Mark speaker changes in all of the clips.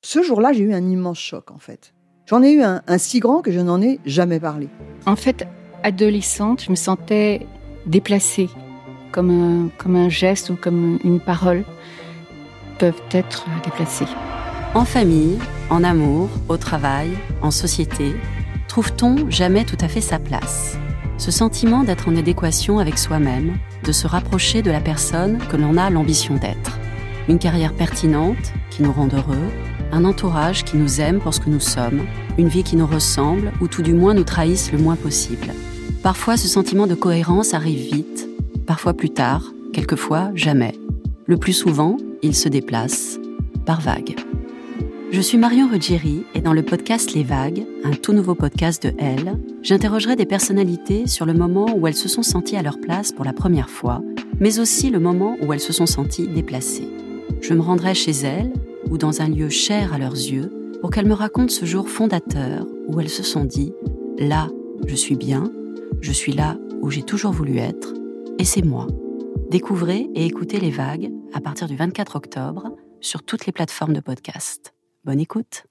Speaker 1: Ce jour-là, j'ai eu un immense choc, en fait. J'en ai eu un si grand que je n'en ai jamais parlé.
Speaker 2: En fait, adolescente, je me sentais déplacée, comme un geste ou comme une parole peuvent être déplacées.
Speaker 3: En famille, en amour, au travail, en société, trouve-t-on jamais tout à fait sa place ? Ce sentiment d'être en adéquation avec soi-même, de se rapprocher de la personne que l'on a l'ambition d'être. Une carrière pertinente qui nous rend heureux, un entourage qui nous aime pour ce que nous sommes, une vie qui nous ressemble ou tout du moins nous trahisse le moins possible. Parfois, ce sentiment de cohérence arrive vite, parfois plus tard, quelquefois jamais. Le plus souvent, il se déplace par vagues. Je suis Marion Ruggieri et dans le podcast Les Vagues, un tout nouveau podcast de Elle, j'interrogerai des personnalités sur le moment où elles se sont senties à leur place pour la première fois, mais aussi le moment où elles se sont senties déplacées. Je me rendrai chez elles ou dans un lieu cher à leurs yeux pour qu'elles me racontent ce jour fondateur où elles se sont dit « Là, je suis bien, je suis là où j'ai toujours voulu être, et c'est moi ». Découvrez et écoutez Les Vagues à partir du 24 octobre sur toutes les plateformes de podcast. Bonne écoute.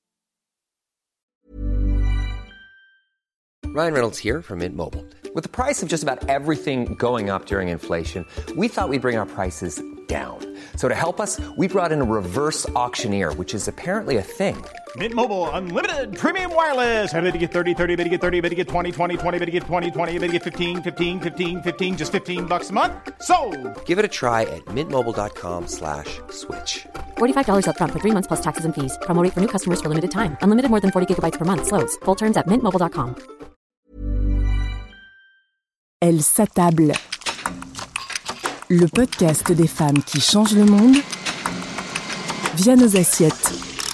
Speaker 4: Ryan Reynolds here from Mint Mobile. With the price of just about everything going up during inflation, we thought we'd bring our prices down. So to help us, we brought in a reverse auctioneer, which is apparently a thing.
Speaker 5: Mint Mobile Unlimited Premium Wireless. How to get 30, 30, bit to get 30, bit to get 20, 20, 20, bit to get 20, 20, bit to get 15, 15, 15, 15, just $15 a month? Sold!
Speaker 4: Give it a try at mintmobile.com/switch.
Speaker 6: $45 up front for 3 months plus taxes and fees. Promo rate for new customers for limited time. Unlimited more than 40 gigabytes per month. Slows full terms at mintmobile.com.
Speaker 7: Elle s'attable. Le podcast des femmes qui changent le monde via nos assiettes.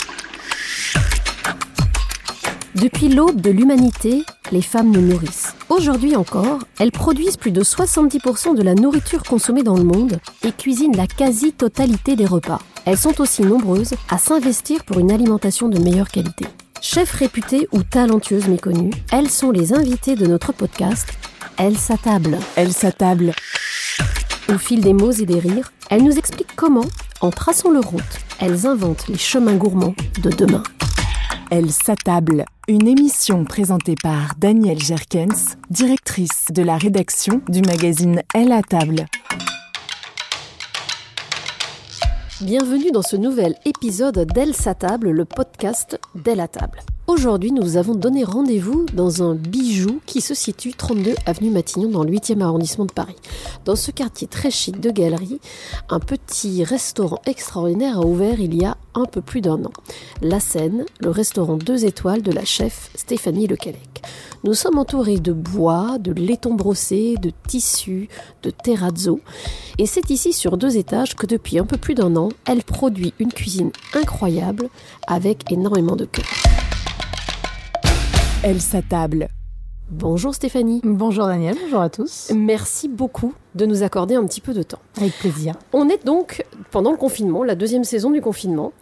Speaker 8: Depuis l'aube de l'humanité, les femmes nous nourrissent. Aujourd'hui encore, elles produisent plus de 70% de la nourriture consommée dans le monde et cuisinent la quasi-totalité des repas. Elles sont aussi nombreuses à s'investir pour une alimentation de meilleure qualité. Chefs réputées ou talentueuses méconnues, elles sont les invitées de notre podcast « Elle s'attable ».
Speaker 7: Elle s'attable.
Speaker 8: Au fil des mots et des rires, elles nous expliquent comment, en traçant leur route, elles inventent les chemins gourmands de demain.
Speaker 7: Elle s'attable. Une émission présentée par Danielle Jerkens, directrice de la rédaction du magazine Elle à table.
Speaker 8: Bienvenue dans ce nouvel épisode d'Elle s'attable, le podcast d'Elle à table. Aujourd'hui, nous vous avons donné rendez-vous dans un bijou qui se situe 32 avenue Matignon dans le 8e arrondissement de Paris. Dans ce quartier très chic de galeries, un petit restaurant extraordinaire a ouvert il y a un peu plus d'un an. La Seine, le restaurant 2 étoiles de la chef Stéphanie Lecallec. Nous sommes entourés de bois, de laiton brossé, de tissus, de terrazzo. Et c'est ici sur 2 étages que depuis un peu plus d'un an, elle produit une cuisine incroyable avec énormément de cœur.
Speaker 7: Elle s'attable.
Speaker 8: Bonjour Stéphanie.
Speaker 9: Bonjour Daniel, bonjour à tous.
Speaker 8: Merci beaucoup de nous accorder un petit peu de temps.
Speaker 9: Avec plaisir.
Speaker 8: On est donc pendant le confinement, la 2e saison du confinement.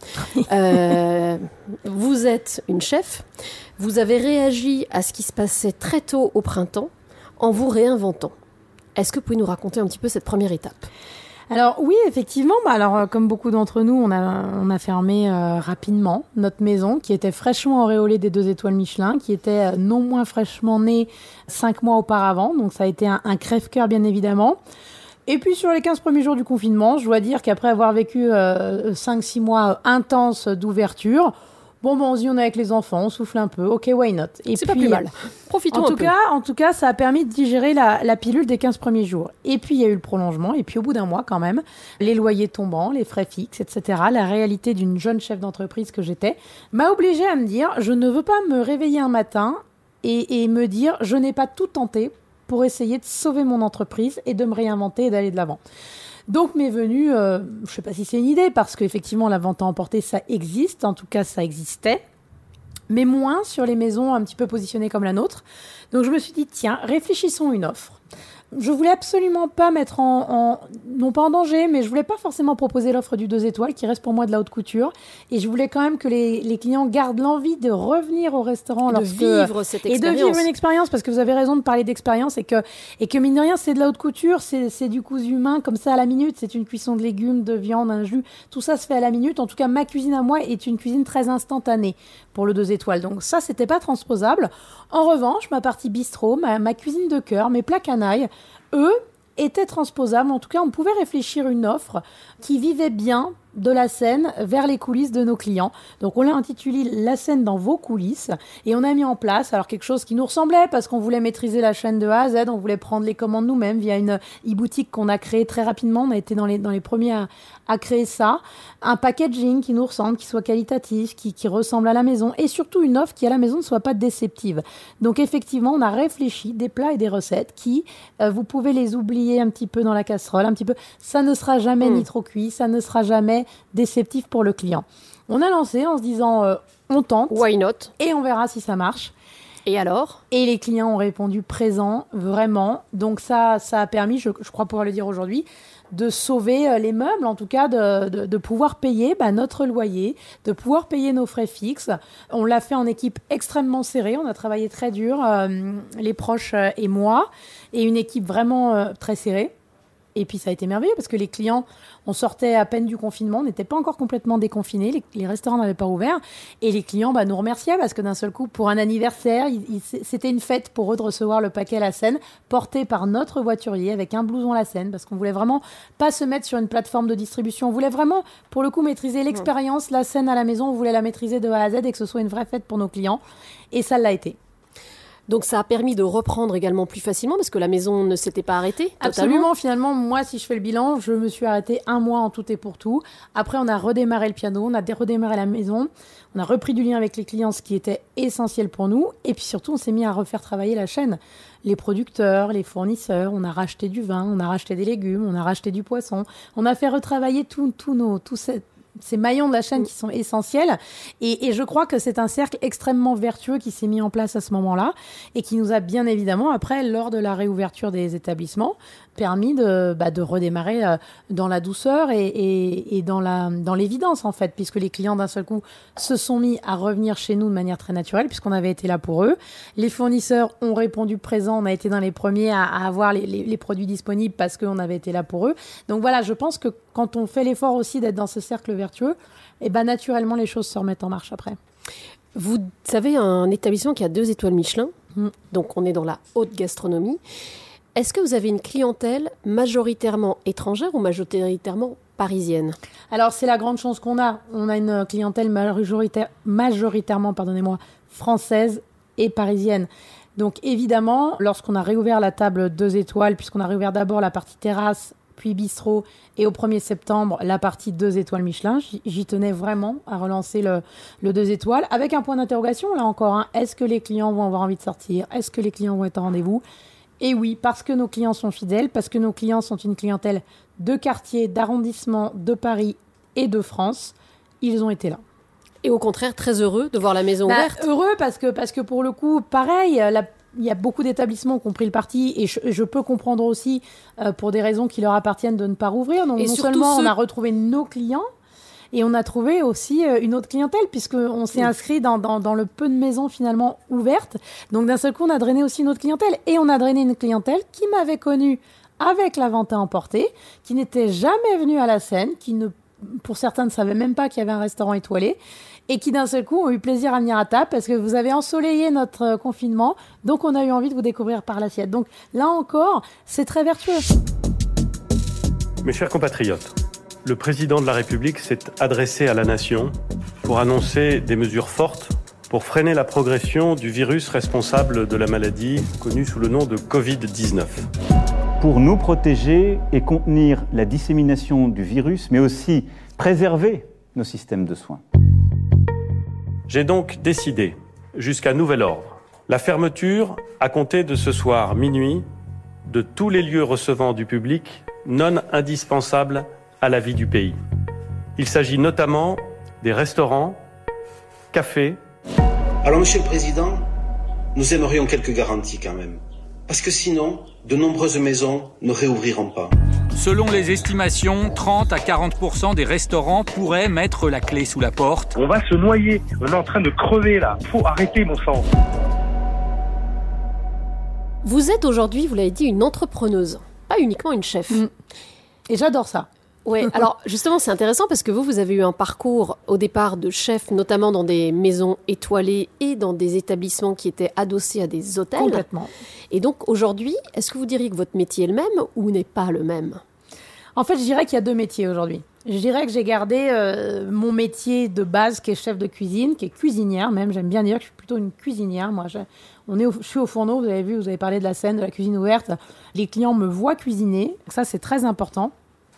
Speaker 8: Vous êtes une chef. Vous avez réagi à ce qui se passait très tôt au printemps en vous réinventant. Est-ce que vous pouvez nous raconter un petit peu cette première étape ?
Speaker 9: Alors oui, effectivement, comme beaucoup d'entre nous, on a fermé rapidement notre maison qui était fraîchement auréolée des 2 étoiles Michelin, qui était non moins fraîchement née 5 mois auparavant. Donc ça a été un crève-cœur bien évidemment. Et puis sur les 15 premiers jours du confinement, je dois dire qu'après avoir vécu 5-6 mois intenses d'ouverture, on se dit on est avec les enfants, on souffle un peu, ok, why not. Et
Speaker 8: c'est puis, pas plus mal. Profitons un peu.
Speaker 9: En tout cas, ça a permis de digérer la pilule des 15 premiers jours. Et puis, il y a eu le prolongement. Et puis, au bout d'un mois, quand même, les loyers tombants, les frais fixes, etc., la réalité d'une jeune chef d'entreprise que j'étais m'a obligée à me dire, je ne veux pas me réveiller un matin et me dire, je n'ai pas tout tenté pour essayer de sauver mon entreprise et de me réinventer et d'aller de l'avant. Donc m'est venue, je ne sais pas si c'est une idée, parce qu'effectivement la vente à emporter ça existe, en tout cas ça existait, mais moins sur les maisons un petit peu positionnées comme la nôtre. Donc je me suis dit tiens, réfléchissons une offre. je voulais absolument pas mettre non pas en danger, mais je voulais pas forcément proposer l'offre du 2 étoiles qui reste pour moi de la haute couture. Et je voulais quand même que les clients gardent l'envie de revenir au restaurant
Speaker 8: de vivre cette expérience.
Speaker 9: Et de vivre une expérience, parce que vous avez raison de parler d'expérience et que mine de rien, c'est de la haute couture, c'est du cousu humain comme ça à la minute. C'est une cuisson de légumes, de viande, un jus. Tout ça se fait à la minute. En tout cas, ma cuisine à moi est une cuisine très instantanée pour le 2 étoiles. Donc ça, c'était pas transposable. En revanche, ma partie bistrot, ma cuisine de cœur, mes plats canailles, eux, étaient transposables. En tout cas, on pouvait réfléchir une offre qui vivait bien de la scène vers les coulisses de nos clients. Donc on l'a intitulé « La scène dans vos coulisses » et on a mis en place alors quelque chose qui nous ressemblait parce qu'on voulait maîtriser la chaîne de A à Z, on voulait prendre les commandes nous-mêmes via une e-boutique qu'on a créée très rapidement. On a été dans les premiers à créer ça. Un packaging qui nous ressemble, qui soit qualitatif, qui ressemble à la maison et surtout une offre qui à la maison ne soit pas déceptive. Donc effectivement, on a réfléchi des plats et des recettes qui, vous pouvez les oublier un petit peu dans la casserole, un petit peu. Ça ne sera jamais ni trop cuit, ça ne sera jamais déceptif pour le client. On a lancé en se disant on tente.
Speaker 8: Why not?
Speaker 9: Et on verra si ça marche.
Speaker 8: Et alors? Et
Speaker 9: les clients ont répondu présent, vraiment. Donc ça a permis, je crois pouvoir le dire aujourd'hui, de sauver les meubles, en tout cas de pouvoir payer notre loyer, de pouvoir payer nos frais fixes. On l'a fait en équipe extrêmement serrée, on a travaillé très dur, les proches et moi, et une équipe vraiment très serrée. Et puis ça a été merveilleux parce que les clients, on sortait à peine du confinement, on n'était pas encore complètement déconfinés, les restaurants n'avaient pas ouvert et les clients nous remerciaient parce que d'un seul coup, pour un anniversaire, c'était une fête pour eux de recevoir le paquet La Seine porté par notre voiturier avec un blouson La Seine parce qu'on voulait vraiment pas se mettre sur une plateforme de distribution, on voulait vraiment pour le coup maîtriser l'expérience La Seine à la maison, on voulait la maîtriser de A à Z et que ce soit une vraie fête pour nos clients et ça l'a été.
Speaker 8: Donc ça a permis de reprendre également plus facilement parce que la maison ne s'était pas arrêtée totalement.
Speaker 9: Absolument, finalement, moi si je fais le bilan, je me suis arrêtée 1 mois en tout et pour tout. Après on a redémarré le piano, on a redémarré la maison, on a repris du lien avec les clients, ce qui était essentiel pour nous. Et puis surtout on s'est mis à refaire travailler la chaîne. Les producteurs, les fournisseurs, on a racheté du vin, on a racheté des légumes, on a racheté du poisson. On a fait retravailler tous ces maillons de la chaîne qui sont essentiels. Et je crois que c'est un cercle extrêmement vertueux qui s'est mis en place à ce moment-là et qui nous a bien évidemment, après, lors de la réouverture des établissements, permis de redémarrer dans la douceur et dans l'évidence, en fait, puisque les clients, d'un seul coup, se sont mis à revenir chez nous de manière très naturelle, puisqu'on avait été là pour eux. Les fournisseurs ont répondu présent. On a été dans les premiers à avoir les produits disponibles parce qu'on avait été là pour eux. Donc voilà, je pense que quand on fait l'effort aussi d'être dans ce cercle vertueux, naturellement, les choses se remettent en marche après.
Speaker 8: Vous savez, un établissement qui a 2 étoiles Michelin, donc on est dans la haute gastronomie. Est-ce que vous avez une clientèle majoritairement étrangère ou majoritairement parisienne? Alors, c'est la grande chance qu'on a. On a une clientèle majoritairement française et parisienne. Donc, évidemment, lorsqu'on a réouvert la table 2 étoiles, puisqu'on a réouvert d'abord la partie terrasse, puis bistrot, et au 1er septembre, la partie 2 étoiles Michelin, j'y tenais vraiment à relancer le 2 étoiles, avec un point d'interrogation, là encore. Est-ce que les clients vont avoir envie de sortir? Est-ce que les clients vont être au rendez-vous? Et oui, parce que nos clients sont fidèles, parce que nos clients sont une clientèle de quartier, d'arrondissement, de Paris et de France, ils ont été là. Et au contraire, très heureux de voir la maison ouverte.
Speaker 9: Heureux parce que pour le coup, pareil, il y a beaucoup d'établissements qui ont pris le parti et je peux comprendre aussi pour des raisons qui leur appartiennent de ne pas rouvrir. Donc non seulement on a retrouvé nos clients, et on a trouvé aussi une autre clientèle, puisqu'on s'est inscrit dans le peu de maisons finalement ouvertes. Donc d'un seul coup, on a drainé aussi une autre clientèle. Et on a drainé une clientèle qui m'avait connue avec la vente à emporter, qui n'était jamais venue à la Seine, qui pour certains ne savaient même pas qu'il y avait un restaurant étoilé, et qui d'un seul coup ont eu plaisir à venir à table parce que vous avez ensoleillé notre confinement. Donc on a eu envie de vous découvrir par l'assiette. Donc là encore, c'est très vertueux.
Speaker 10: Mes chers compatriotes, le président de la République s'est adressé à la nation pour annoncer des mesures fortes pour freiner la progression du virus responsable de la maladie connue sous le nom de Covid-19.
Speaker 11: Pour nous protéger et contenir la dissémination du virus, mais aussi préserver nos systèmes de soins.
Speaker 10: J'ai donc décidé, jusqu'à nouvel ordre, la fermeture, à compter de ce soir minuit, de tous les lieux recevant du public non indispensables à la vie du pays. Il s'agit notamment des restaurants, cafés.
Speaker 12: Alors, Monsieur le Président, nous aimerions quelques garanties quand même. Parce que sinon, de nombreuses maisons ne réouvriront pas.
Speaker 13: Selon les estimations, 30 à 40% des restaurants pourraient mettre la clé sous la porte.
Speaker 14: On va se noyer, on est en train de crever là. Faut arrêter, mon sang.
Speaker 8: Vous êtes aujourd'hui, vous l'avez dit, une entrepreneuse, pas uniquement une chef.
Speaker 9: Et j'adore ça.
Speaker 8: Ouais, alors justement, c'est intéressant parce que vous avez eu un parcours au départ de chef, notamment dans des maisons étoilées et dans des établissements qui étaient adossés à des hôtels.
Speaker 9: Complètement.
Speaker 8: Et donc aujourd'hui, est-ce que vous diriez que votre métier est le même ou n'est pas le même ?
Speaker 9: En fait, je dirais qu'il y a 2 métiers aujourd'hui. Je dirais que j'ai gardé mon métier de base qui est chef de cuisine, qui est cuisinière même. J'aime bien dire que je suis plutôt une cuisinière. Moi, je suis au fourneau, vous avez vu, vous avez parlé de la scène, de la cuisine ouverte. Les clients me voient cuisiner, ça c'est très important.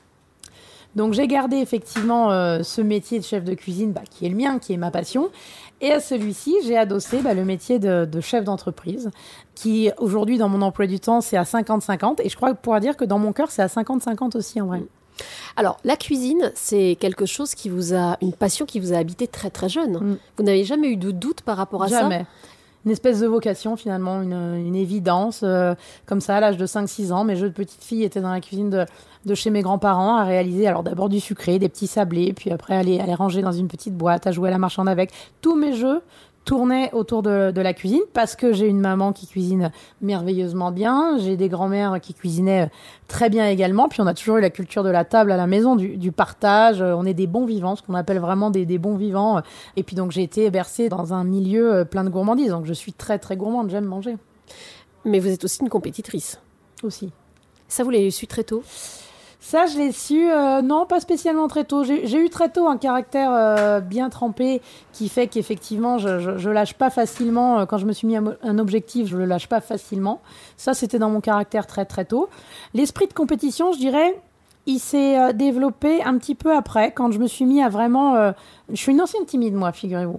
Speaker 9: Donc j'ai gardé effectivement ce métier de chef de cuisine qui est le mien, qui est ma passion. Et à celui-ci, j'ai adossé le métier de chef d'entreprise, qui aujourd'hui dans mon emploi du temps, c'est à 50-50. Et je crois pouvoir dire que dans mon cœur, c'est à 50-50 aussi en vrai.
Speaker 8: Alors, la cuisine, c'est quelque chose une passion qui vous a habité très très jeune. Vous n'avez jamais eu de doute par rapport à ça ?
Speaker 9: Jamais. Une espèce de vocation finalement, une évidence. Comme ça, à l'âge de 5-6 ans, mes jeux de petite fille étaient dans la cuisine de chez mes grands-parents à réaliser alors d'abord du sucré, des petits sablés, puis après aller ranger dans une petite boîte, à jouer à la marchande avec. Tous mes jeux tournaient autour de la cuisine parce que j'ai une maman qui cuisine merveilleusement bien, j'ai des grands-mères qui cuisinaient très bien également, puis on a toujours eu la culture de la table à la maison, du partage, on est des bons vivants, ce qu'on appelle vraiment des bons vivants, et puis donc j'ai été bercée dans un milieu plein de gourmandises, donc je suis très très gourmande, j'aime manger.
Speaker 8: Mais vous êtes aussi une compétitrice.
Speaker 9: Aussi.
Speaker 8: Ça, vous l'avez su très tôt ?
Speaker 9: Ça, je l'ai su, non, pas spécialement très tôt. J'ai eu très tôt un caractère bien trempé qui fait qu'effectivement, je lâche pas facilement. Quand je me suis mis un objectif, je le lâche pas facilement. Ça, c'était dans mon caractère très, très tôt. L'esprit de compétition, je dirais, il s'est développé un petit peu après, quand je me suis mis à vraiment... je suis une ancienne timide, moi, figurez-vous.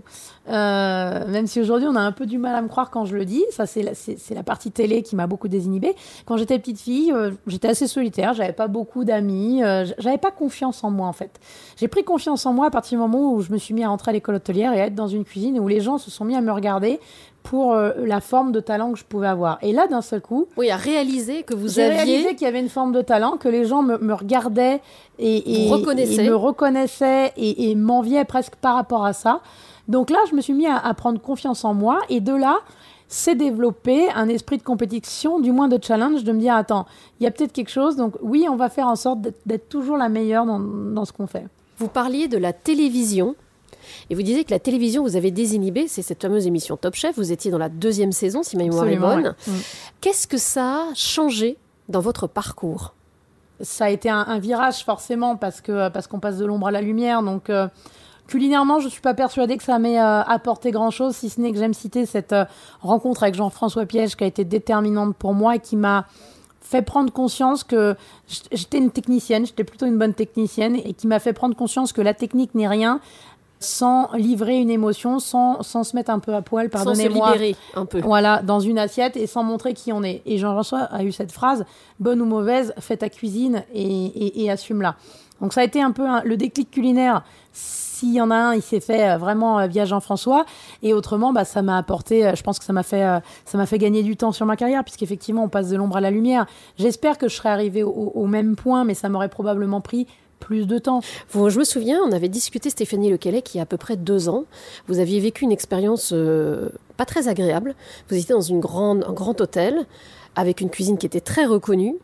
Speaker 9: Même si aujourd'hui, on a un peu du mal à me croire quand je le dis. Ça, c'est la partie télé qui m'a beaucoup désinhibée. Quand j'étais petite fille, j'étais assez solitaire. J'avais pas beaucoup d'amis. J'avais pas confiance en moi, en fait. J'ai pris confiance en moi à partir du moment où je me suis mis à rentrer à l'école hôtelière et à être dans une cuisine où les gens se sont mis à me regarder pour la forme de talent que je pouvais avoir. Et là, d'un seul coup...
Speaker 8: Oui, à réaliser que
Speaker 9: j'ai réalisé qu'il y avait une forme de talent, que les gens me regardaient et me reconnaissaient et m'enviaient presque par rapport à ça. Donc là, je me suis mis à prendre confiance en moi. Et de là, s'est développé un esprit de compétition, du moins de challenge, de me dire, attends, il y a peut-être quelque chose. Donc oui, on va faire en sorte d'être toujours la meilleure dans ce qu'on fait.
Speaker 8: Vous parliez de la télévision. Et vous disiez que la télévision vous avait désinhibé, c'est cette fameuse émission Top Chef, vous étiez dans la 2e saison, si ma mémoire est bonne. Ouais. Qu'est-ce que ça a changé dans votre parcours ?
Speaker 9: Ça a été un virage forcément, parce qu'on passe de l'ombre à la lumière, donc culinairement, je ne suis pas persuadée que ça m'ait apporté grand-chose, si ce n'est que j'aime citer cette rencontre avec Jean-François Piège qui a été déterminante pour moi et qui m'a fait prendre conscience que j'étais une technicienne, j'étais plutôt une bonne technicienne, et qui m'a fait prendre conscience que la technique n'est rien sans livrer une émotion, sans se mettre un peu à poil, pardonnez-moi.
Speaker 8: Sans se libérer un peu.
Speaker 9: Voilà, dans une assiette et sans montrer qui on est. Et Jean-François a eu cette phrase, bonne ou mauvaise, fais ta cuisine et assume-la. Donc ça a été un peu le déclic culinaire. S'il y en a un, il s'est fait vraiment via Jean-François. Et autrement, ça m'a apporté, je pense que ça m'a fait gagner du temps sur ma carrière, puisqu'effectivement, on passe de l'ombre à la lumière. J'espère que je serais arrivée au même point, mais ça m'aurait probablement pris plus de temps.
Speaker 8: Je me souviens, on avait discuté, Stéphanie Lequelec, il y a à peu près 2 ans. Vous aviez vécu une expérience pas très agréable. Vous étiez dans un grand hôtel, avec une cuisine qui était très reconnue.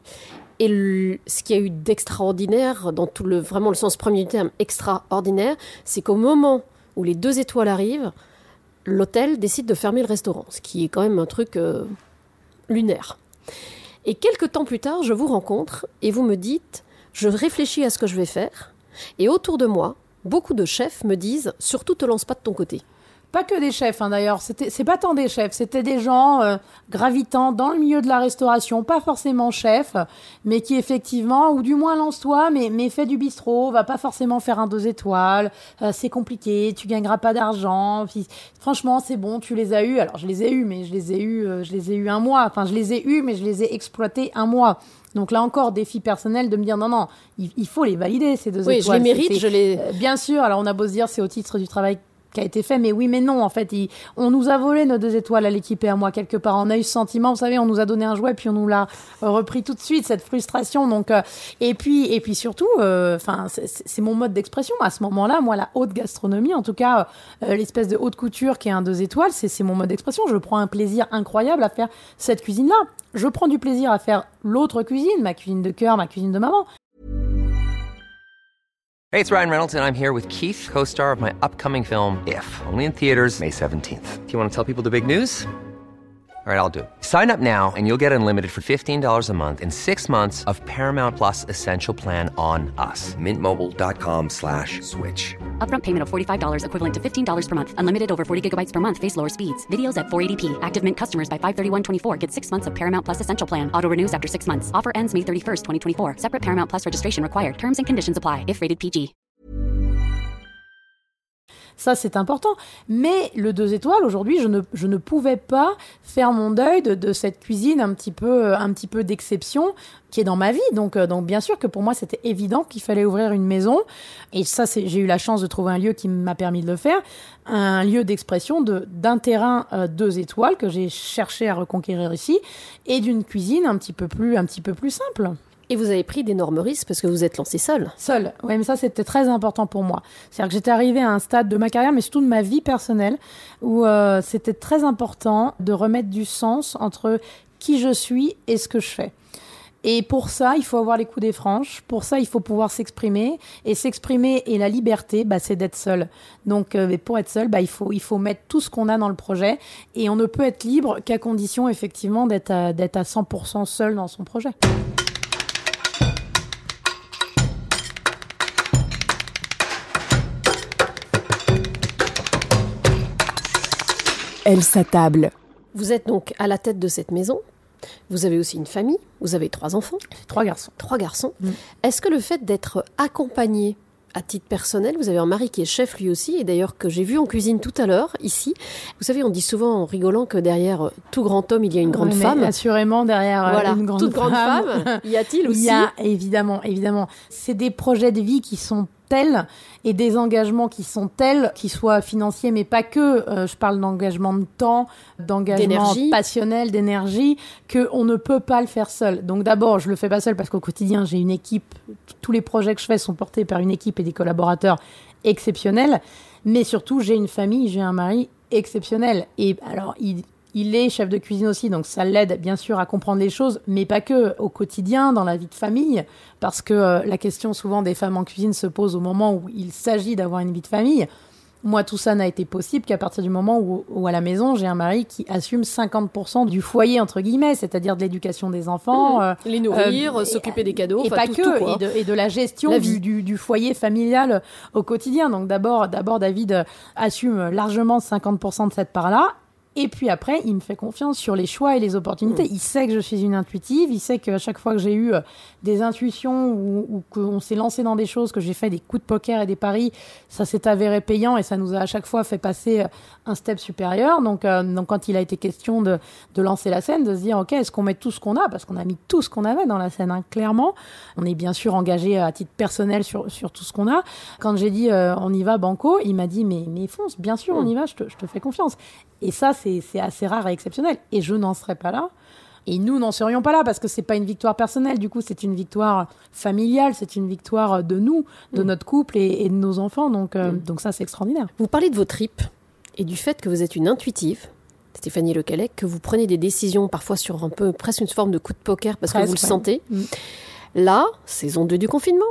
Speaker 8: Et ce qu'il y a eu d'extraordinaire, dans vraiment le sens premier du terme, extraordinaire, c'est qu'au moment où les 2 étoiles arrivent, l'hôtel décide de fermer le restaurant, ce qui est quand même un truc lunaire. Et quelques temps plus tard, je vous rencontre et vous me dites... Je réfléchis à ce que je vais faire. Et autour de moi, beaucoup de chefs me disent « Surtout, te lance pas de ton côté ».
Speaker 9: Pas que des chefs, d'ailleurs. C'est pas tant des chefs. C'était des gens gravitant dans le milieu de la restauration, pas forcément chefs, mais qui effectivement, ou du moins lance-toi, mais fais du bistrot, va pas forcément faire un 2 étoiles, c'est compliqué, tu gagneras pas d'argent. Puis, franchement, c'est bon, tu les as eus. Alors, je les ai eus, mais je les ai eus un mois. Enfin, je les ai eus, mais je les ai exploités un mois. Donc là encore, défi personnel de me dire non, il faut les valider, ces 2 étoiles.
Speaker 8: Oui, je les mérite,
Speaker 9: Bien sûr, alors on a beau se dire c'est au titre du travail qui a été fait, mais oui, mais non, en fait, on nous a volé nos 2 étoiles à l'équipe et à moi quelque part. On a eu ce sentiment, vous savez, on nous a donné un jouet, puis on nous l'a repris tout de suite, cette frustration. Donc, et puis surtout, c'est mon mode d'expression. À ce moment-là, moi, la haute gastronomie, en tout cas, l'espèce de haute couture qui est un 2 étoiles, c'est mon mode d'expression. Je prends un plaisir incroyable à faire cette cuisine-là. Je prends du plaisir à faire l'autre cuisine, ma cuisine de cœur, ma cuisine de maman.
Speaker 4: Hey, it's Ryan Reynolds, and I'm here with Keith, co-star of my upcoming film, If, only in theaters May 17th. Do you want to tell people the big news? All right, I'll do it. Sign up now and you'll get unlimited for $15 a month and 6 months of Paramount Plus Essential Plan on us. MintMobile.com/switch.
Speaker 3: Upfront payment of $45 equivalent to $15 per month. Unlimited over 40 gigabytes per month. Face lower speeds. Videos at 480p. Active Mint customers by 531.24 get 6 months of Paramount Plus Essential Plan. Auto renews after 6 months. Offer ends May 31st, 2024. Separate Paramount Plus registration required. Terms and conditions apply if rated PG.
Speaker 9: Ça, c'est important. Mais le 2 étoiles, aujourd'hui, je ne pouvais pas faire mon deuil de cette cuisine un petit peu d'exception qui est dans ma vie. Donc bien sûr que pour moi, c'était évident qu'il fallait ouvrir une maison. Et ça, j'ai eu la chance de trouver un lieu qui m'a permis de le faire. Un lieu d'expression d'un terrain 2 étoiles que j'ai cherché à reconquérir ici et d'une cuisine un petit peu plus simple.
Speaker 8: Et vous avez pris d'énormes risques parce que vous êtes lancée seule.
Speaker 9: Seule, oui, mais ça, c'était très important pour moi. C'est-à-dire que j'étais arrivée à un stade de ma carrière, mais surtout de ma vie personnelle, où c'était très important de remettre du sens entre qui je suis et ce que je fais. Et pour ça, il faut avoir les coups des franches. Pour ça, il faut pouvoir s'exprimer. Et s'exprimer et la liberté, c'est d'être seul. Donc, pour être seul, il faut mettre tout ce qu'on a dans le projet. Et on ne peut être libre qu'à condition, effectivement, d'être à 100% seul dans son projet.
Speaker 7: Elle s'attable.
Speaker 8: Vous êtes donc à la tête de cette maison. Vous avez aussi une famille. Vous avez 3 enfants.
Speaker 9: 3 garçons.
Speaker 8: 3 garçons. Est-ce que le fait d'être accompagné à titre personnel, vous avez un mari qui est chef lui aussi, et d'ailleurs que j'ai vu en cuisine tout à l'heure, ici. Vous savez, on dit souvent en rigolant que derrière tout grand homme, il y a une grande femme.
Speaker 9: Assurément, derrière une grande femme.
Speaker 8: Y a-t-il aussi?
Speaker 9: Il y a, évidemment. C'est des projets de vie qui sont tels et des engagements qui sont tels, qu'ils soient financiers, mais pas que. Je parle d'engagement de temps, d'engagement passionnel, d'énergie, qu'on ne peut pas le faire seul. Donc d'abord, je le fais pas seul parce qu'au quotidien, j'ai une équipe. Tous les projets que je fais sont portés par une équipe et des collaborateurs exceptionnels. Mais surtout, j'ai une famille, j'ai un mari exceptionnel. Et alors, il est chef de cuisine aussi, donc ça l'aide bien sûr à comprendre les choses, mais pas que, au quotidien, dans la vie de famille, parce que la question souvent des femmes en cuisine se pose au moment où il s'agit d'avoir une vie de famille. Moi, tout ça n'a été possible qu'à partir du moment où à la maison, j'ai un mari qui assume 50% du foyer, entre guillemets, c'est-à-dire de l'éducation des enfants.
Speaker 8: Les nourrir, s'occuper des cadeaux,
Speaker 9: et pas
Speaker 8: tout,
Speaker 9: que, et de la gestion du foyer familial au quotidien. Donc d'abord, David assume largement 50% de cette part-là. Et puis après, il me fait confiance sur les choix et les opportunités. Il sait que je suis une intuitive. Il sait qu'à chaque fois que j'ai eu des intuitions ou qu'on s'est lancé dans des choses, que j'ai fait des coups de poker et des paris, ça s'est avéré payant et ça nous a à chaque fois fait passer un step supérieur. Donc quand il a été question de lancer la scène, de se dire, OK, est-ce qu'on met tout ce qu'on a? Parce qu'on a mis tout ce qu'on avait dans la scène, clairement. On est bien sûr engagé à titre personnel sur tout ce qu'on a. Quand j'ai dit, on y va, banco, il m'a dit, mais fonce, bien sûr, on y va, je te fais confiance. Et ça, c'est assez rare et exceptionnel. Et je n'en serais pas là. Et nous n'en serions pas là parce que c'est pas une victoire personnelle. Du coup, c'est une victoire familiale, c'est une victoire de nous, de notre couple et de nos enfants. Donc ça, c'est extraordinaire.
Speaker 8: Vous parlez de vos tripes et du fait que vous êtes une intuitive, Stéphanie Lecallec, que vous prenez des décisions parfois sur un peu presque une forme de coup de poker parce que vous le sentez. Là, saison 2 du confinement,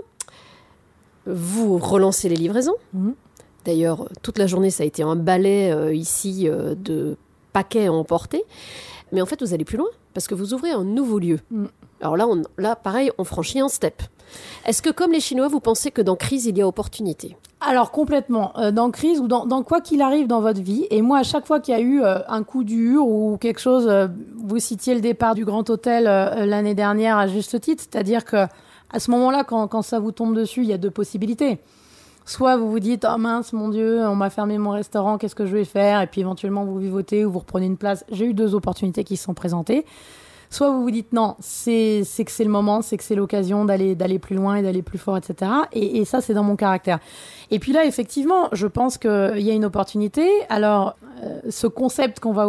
Speaker 8: vous relancez les livraisons. D'ailleurs, toute la journée, ça a été un balai ici de paquets à emporter. Mais en fait, vous allez plus loin parce que vous ouvrez un nouveau lieu. Alors là, pareil, on franchit un step. Est-ce que, comme les Chinois, vous pensez que dans crise, il y a opportunité?
Speaker 9: Alors, complètement. Dans crise ou dans quoi qu'il arrive dans votre vie. Et moi, à chaque fois qu'il y a eu un coup dur ou quelque chose, vous citiez le départ du Grand Hôtel l'année dernière à juste titre. C'est-à-dire qu'à ce moment-là, quand ça vous tombe dessus, il y a 2 possibilités. Soit vous vous dites « Oh mince, mon Dieu, on m'a fermé mon restaurant, qu'est-ce que je vais faire ?» Et puis éventuellement, vous vivotez ou vous reprenez une place. J'ai eu 2 opportunités qui se sont présentées. Soit vous vous dites non, c'est que c'est le moment, c'est que c'est l'occasion d'aller plus loin et d'aller plus fort, etc. Et ça, c'est dans mon caractère. Et puis là, effectivement, je pense qu'il y a une opportunité. Alors, ce concept qu'on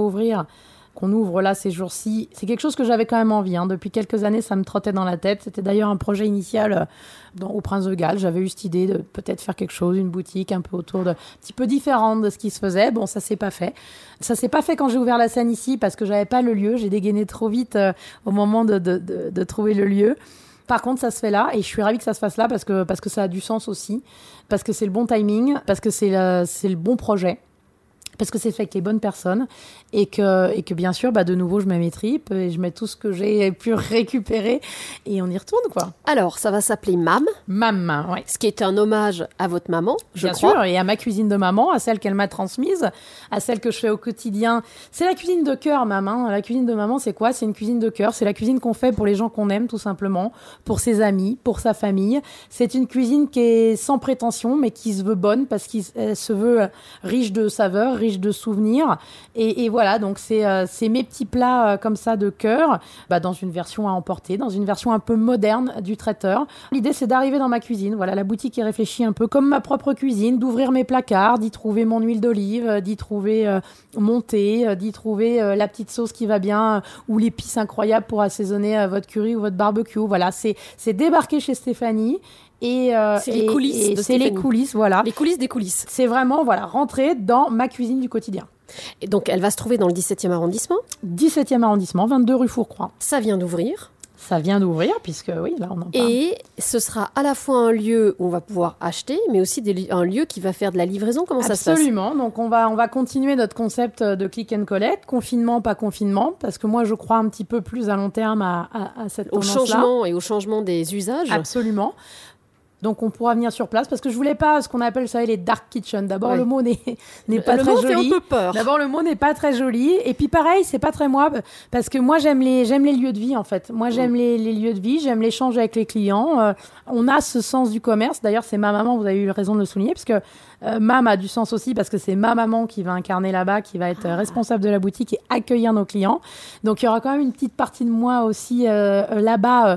Speaker 9: ouvre là ces jours-ci, c'est quelque chose que j'avais quand même envie. Depuis quelques années, ça me trottait dans la tête. C'était d'ailleurs un projet initial au Prince de Galles. J'avais eu cette idée de peut-être faire quelque chose, une boutique un peu un petit peu différente de ce qui se faisait. Bon, ça s'est pas fait. Ça s'est pas fait quand j'ai ouvert la scène ici parce que j'avais pas le lieu. J'ai dégainé trop vite au moment de trouver le lieu. Par contre, ça se fait là et je suis ravie que ça se fasse là parce que ça a du sens aussi, parce que c'est le bon timing, parce que c'est le bon projet. Parce que c'est fait avec les bonnes personnes et que bien sûr, de nouveau, je mets mes tripes et je mets tout ce que j'ai pu récupérer et on y retourne, quoi.
Speaker 8: Alors, ça va s'appeler Mam.
Speaker 9: Mam, oui.
Speaker 8: Ce qui est un hommage à votre maman, je crois.
Speaker 9: Bien sûr, et à ma cuisine de maman, à celle qu'elle m'a transmise, à celle que je fais au quotidien. C'est la cuisine de cœur, maman. La cuisine de maman, c'est quoi ? C'est une cuisine de cœur. C'est la cuisine qu'on fait pour les gens qu'on aime, tout simplement, pour ses amis, pour sa famille. C'est une cuisine qui est sans prétention, mais qui se veut bonne parce qu'elle se veut riche de saveurs, riche de souvenirs et voilà, donc c'est mes petits plats comme ça de cœur, dans une version à emporter, dans une version un peu moderne du traiteur. L'idée, c'est d'arriver dans ma cuisine, voilà, la boutique est réfléchie un peu comme ma propre cuisine, d'ouvrir mes placards, d'y trouver mon huile d'olive, d'y trouver mon thé, d'y trouver la petite sauce qui va bien ou l'épice incroyable pour assaisonner votre curry ou votre barbecue. Voilà, c'est débarquer chez Stéphanie.
Speaker 8: C'est les coulisses de Stéphanie.
Speaker 9: Les coulisses, voilà.
Speaker 8: Les coulisses des coulisses.
Speaker 9: C'est vraiment, rentrer dans ma cuisine du quotidien.
Speaker 8: Et donc, elle va se trouver dans le 17e arrondissement.
Speaker 9: 17e arrondissement, 22 rue Fourcroy.
Speaker 8: Ça vient d'ouvrir.
Speaker 9: Ça vient d'ouvrir, puisque oui, là, on en parle.
Speaker 8: Et ce sera à la fois un lieu où on va pouvoir acheter, mais aussi un lieu qui va faire de la livraison. Comment ça se passe ?
Speaker 9: Absolument. Donc, on va continuer notre concept de click and collect, confinement, pas confinement, parce que moi, je crois un petit peu plus à long terme à cette tendance-là.
Speaker 8: Au changement et au changement des usages.
Speaker 9: Absolument. Donc, on pourra venir sur place parce que je voulais pas ce qu'on appelle, vous savez, les dark kitchen. D'abord, le mot n'est pas très joli.
Speaker 8: Le mot fait un peu peur.
Speaker 9: D'abord, le mot n'est pas très joli. Et puis, pareil, c'est pas très moi parce que moi, j'aime les lieux de vie, en fait. Moi, j'aime les lieux de vie. J'aime l'échange avec les clients. On a ce sens du commerce. D'ailleurs, c'est ma maman, vous avez eu raison de le souligner, parce que Mam a du sens aussi parce que c'est ma maman qui va incarner là-bas, qui va être responsable de la boutique et accueillir nos clients. Donc, il y aura quand même une petite partie de moi aussi là-bas,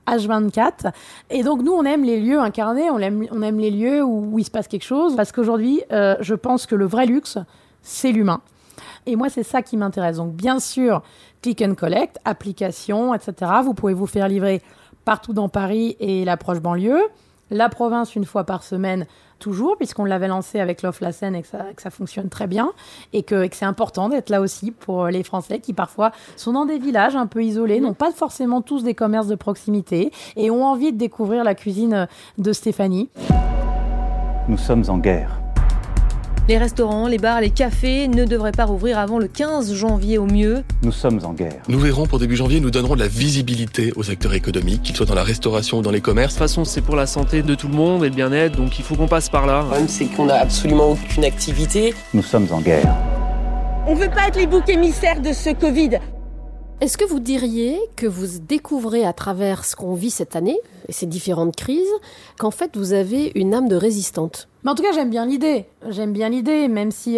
Speaker 9: H24. Et donc, nous, on aime les lieux incarnés, on aime les lieux où il se passe quelque chose, parce qu'aujourd'hui, je pense que le vrai luxe, c'est l'humain. Et moi, c'est ça qui m'intéresse. Donc, bien sûr, click and collect, application, etc. Vous pouvez vous faire livrer partout dans Paris et la proche banlieue. La province, une fois par semaine, toujours, puisqu'on l'avait lancé avec l'offre La Seine et que ça fonctionne très bien. Et que c'est important d'être là aussi pour les Français qui, parfois, sont dans des villages un peu isolés, n'ont pas forcément tous des commerces de proximité et ont envie de découvrir la cuisine de Stéphanie.
Speaker 11: Nous sommes en guerre.
Speaker 15: Les restaurants, les bars, les cafés ne devraient pas rouvrir avant le 15 janvier au mieux.
Speaker 11: Nous sommes en guerre.
Speaker 16: Nous verrons pour début janvier, nous donnerons de la visibilité au secteur économique, qu'il soit dans la restauration ou dans les commerces.
Speaker 17: De toute façon, c'est pour la santé de tout le monde et le bien-être, donc il faut qu'on passe par là.
Speaker 18: Le problème, c'est qu'on n'a absolument aucune activité.
Speaker 11: Nous sommes en guerre.
Speaker 19: On ne veut pas être les boucs émissaires de ce Covid.
Speaker 8: Est-ce que vous diriez que vous découvrez à travers ce qu'on vit cette année, et ces différentes crises, qu'en fait vous avez une âme de résistante ?
Speaker 9: Mais en tout cas, j'aime bien l'idée. Même si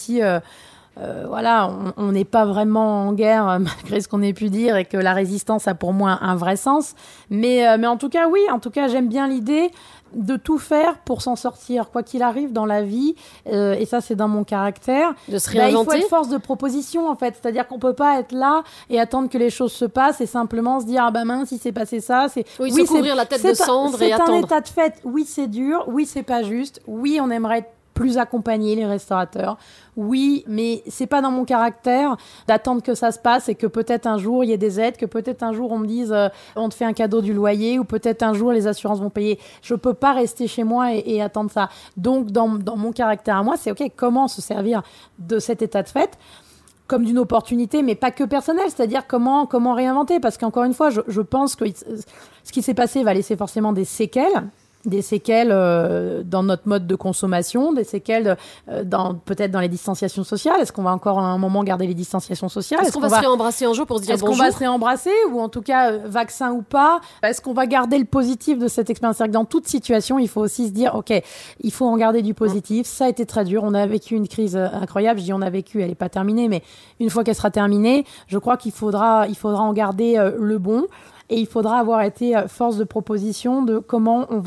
Speaker 9: voilà, on n'est pas vraiment en guerre, malgré ce qu'on ait pu dire, et que la résistance a pour moi un vrai sens. Mais en tout cas, oui, j'aime bien l'idée de tout faire pour s'en sortir, quoi qu'il arrive dans la vie, et ça c'est dans mon caractère.
Speaker 8: De se réinventer.
Speaker 9: Il faut être force de proposition en fait, c'est-à-dire qu'on peut pas être là et attendre que les choses se passent et simplement se dire mince, il s'est passé ça.
Speaker 8: Oui, se couvrir la tête de cendre et attendre.
Speaker 9: C'est un état de fait, oui c'est dur, oui c'est pas juste, oui on aimerait être plus accompagner les restaurateurs. Oui, mais c'est pas dans mon caractère d'attendre que ça se passe et que peut-être un jour il y ait des aides, que peut-être un jour on me dise on te fait un cadeau du loyer ou peut-être un jour les assurances vont payer. Je peux pas rester chez moi et attendre ça. Donc dans mon caractère à moi, c'est OK, comment se servir de cet état de fait comme d'une opportunité, mais pas que personnelle, c'est-à-dire comment réinventer, parce qu'encore une fois, je pense que ce qui s'est passé va laisser forcément des séquelles. des séquelles dans notre mode de consommation, des séquelles peut-être dans les distanciations sociales. Est-ce qu'on va encore à un moment garder les distanciations sociales?
Speaker 8: Est-ce qu'on va se réembrasser un jour pour se dire bonjour?
Speaker 9: Est-ce qu'on va se réembrasser, ou en tout cas, vaccin ou pas? Est-ce qu'on va garder le positif de cette expérience? C'est-à-dire que dans toute situation, il faut aussi se dire, OK, il faut en garder du positif. Ça a été très dur. On a vécu une crise incroyable. Je dis on a vécu, elle n'est pas terminée, mais une fois qu'elle sera terminée, je crois qu'il faudra en garder le bon. Et il faudra avoir été force de proposition de comment on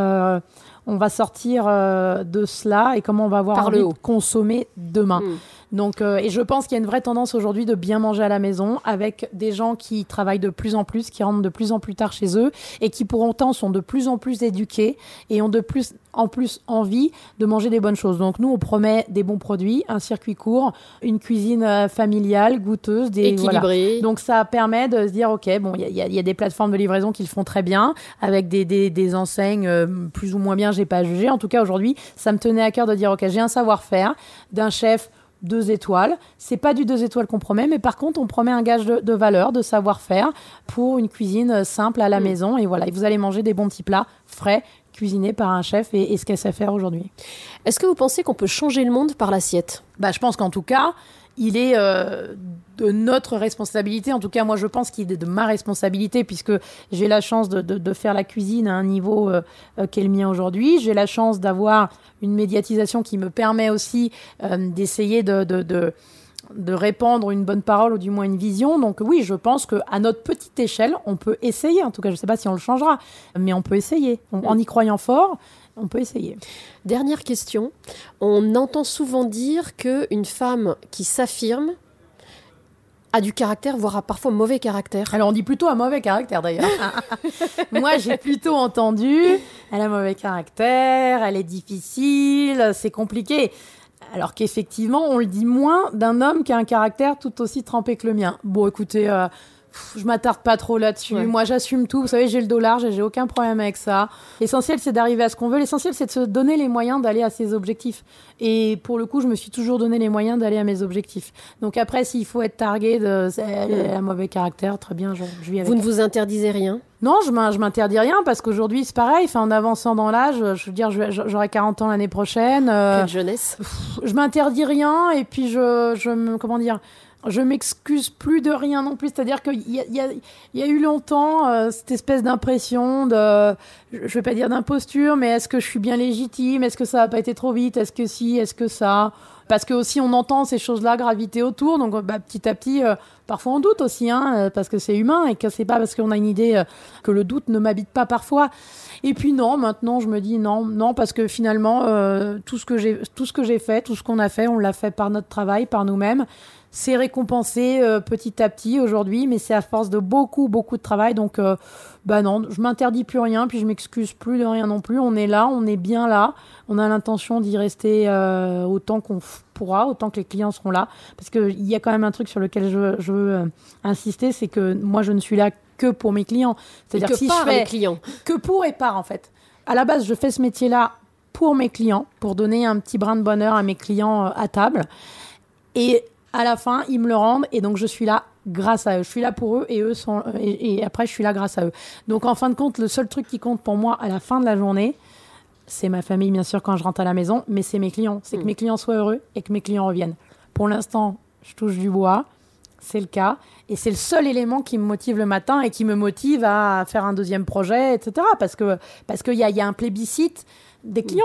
Speaker 9: va sortir de cela et comment on va avoir envie de consommer demain. Donc, et je pense qu'il y a une vraie tendance aujourd'hui de bien manger à la maison, avec des gens qui travaillent de plus en plus, qui rentrent de plus en plus tard chez eux et qui pour autant sont de plus en plus éduqués et ont de plus en plus envie de manger des bonnes choses. Donc nous, on promet des bons produits, un circuit court, une cuisine familiale, goûteuse, équilibrée. Voilà. Donc ça permet de se dire, OK, bon, il y a des plateformes de livraison qui le font très bien, avec des enseignes plus ou moins bien, j'ai pas à juger. En tout cas, aujourd'hui, ça me tenait à cœur de dire, OK, j'ai un savoir-faire d'un chef 2 étoiles. C'est pas du 2 étoiles qu'on promet, mais par contre, on promet un gage de valeur, de savoir-faire pour une cuisine simple à la maison. Et voilà, et vous allez manger des bons petits plats frais, cuisinés par un chef et ce qu'elle sait faire aujourd'hui.
Speaker 8: Est-ce que vous pensez qu'on peut changer le monde par l'assiette?
Speaker 9: Je pense qu'en tout cas, il est de notre responsabilité. En tout cas, moi, je pense qu'il est de ma responsabilité, puisque j'ai la chance de faire la cuisine à un niveau qui est le mien aujourd'hui. J'ai la chance d'avoir une médiatisation qui me permet aussi d'essayer de répandre une bonne parole, ou du moins une vision. Donc oui, je pense qu'à notre petite échelle, on peut essayer. En tout cas, je ne sais pas si on le changera, mais on peut essayer. En y croyant fort, on peut essayer.
Speaker 8: Dernière question. On entend souvent dire qu'une femme qui s'affirme a du caractère, voire a parfois mauvais caractère.
Speaker 9: Alors on dit plutôt un mauvais caractère d'ailleurs. Moi j'ai plutôt entendu, elle a mauvais caractère, elle est difficile, c'est compliqué. Alors qu'effectivement on le dit moins d'un homme qui a un caractère tout aussi trempé que le mien. Bon écoutez, je m'attarde pas trop là-dessus. Ouais. Moi, j'assume tout. Vous savez, j'ai le dos large et j'ai aucun problème avec ça. L'essentiel, c'est d'arriver à ce qu'on veut. L'essentiel, c'est de se donner les moyens d'aller à ses objectifs. Et pour le coup, je me suis toujours donné les moyens d'aller à mes objectifs. Donc après, s'il faut être targué de un mauvais caractère, très bien, je vis avec.
Speaker 8: Vous ne vous interdisez rien?
Speaker 9: Non, je m'interdis rien, parce qu'aujourd'hui, c'est pareil. En avançant dans l'âge, je veux dire, j'aurai 40 ans l'année prochaine.
Speaker 8: Quelle jeunesse.
Speaker 9: Je m'interdis rien, et puis comment dire, je m'excuse plus de rien non plus. C'est-à-dire qu'il y a eu longtemps cette espèce d'impression je vais pas dire d'imposture, mais est-ce que je suis bien légitime? Est-ce que ça a pas été trop vite? Est-ce que si? Est-ce que ça? Parce que aussi on entend ces choses-là graviter autour, donc petit à petit, parfois on doute aussi, parce que c'est humain, et que c'est pas parce qu'on a une idée que le doute ne m'habite pas parfois. Et puis non, maintenant je me dis non, parce que finalement tout ce que j'ai fait, tout ce qu'on a fait, on l'a fait par notre travail, par nous-mêmes. C'est récompensé petit à petit aujourd'hui, mais c'est à force de beaucoup de travail. Donc non, je m'interdis plus rien, puis je m'excuse plus de rien non plus. On est là, on est bien là. On a l'intention d'y rester autant qu'on pourra, autant que les clients seront là. Parce qu'il y a quand même un truc sur lequel je veux insister, c'est que moi je ne suis là que pour mes clients. C'est-à-dire que si je fais
Speaker 8: clients.
Speaker 9: Que pour et par, en fait. À la base, je fais ce métier-là pour mes clients, pour donner un petit brin de bonheur à mes clients à table. Et à la fin, ils me le rendent, et donc je suis là grâce à eux. Je suis là pour eux, et eux sont, et après je suis là grâce à eux. Donc en fin de compte, le seul truc qui compte pour moi à la fin de la journée, c'est ma famille, bien sûr, quand je rentre à la maison, mais c'est mes clients. C'est que mes clients soient heureux et que mes clients reviennent. Pour l'instant, je touche du bois, c'est le cas, et c'est le seul élément qui me motive le matin et qui me motive à faire un deuxième projet, etc. Parce qu'il y a un plébiscite des clients.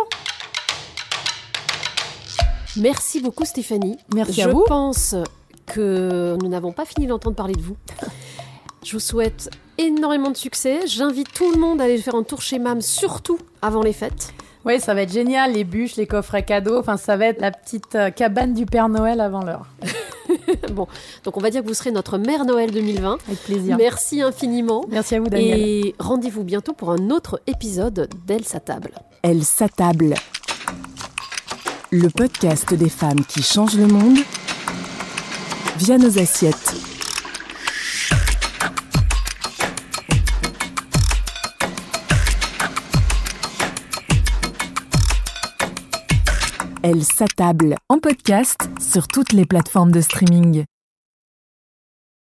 Speaker 8: Merci beaucoup Stéphanie.
Speaker 9: Merci à vous.
Speaker 8: Je pense que nous n'avons pas fini d'entendre parler de vous. Je vous souhaite énormément de succès. J'invite tout le monde à aller faire un tour chez MAM, surtout avant les fêtes.
Speaker 9: Oui, ça va être génial, les bûches, les coffrets cadeaux. Enfin, ça va être la petite cabane du Père Noël avant l'heure.
Speaker 8: Bon, donc on va dire que vous serez notre Mère Noël 2020.
Speaker 9: Avec plaisir.
Speaker 8: Merci infiniment.
Speaker 9: Merci à vous, Daniel.
Speaker 8: Et rendez-vous bientôt pour un autre épisode d'Elle s'attable.
Speaker 7: Elle s'attable. Le podcast des femmes qui changent le monde via nos assiettes. Elle s'attable en podcast sur toutes les plateformes de streaming.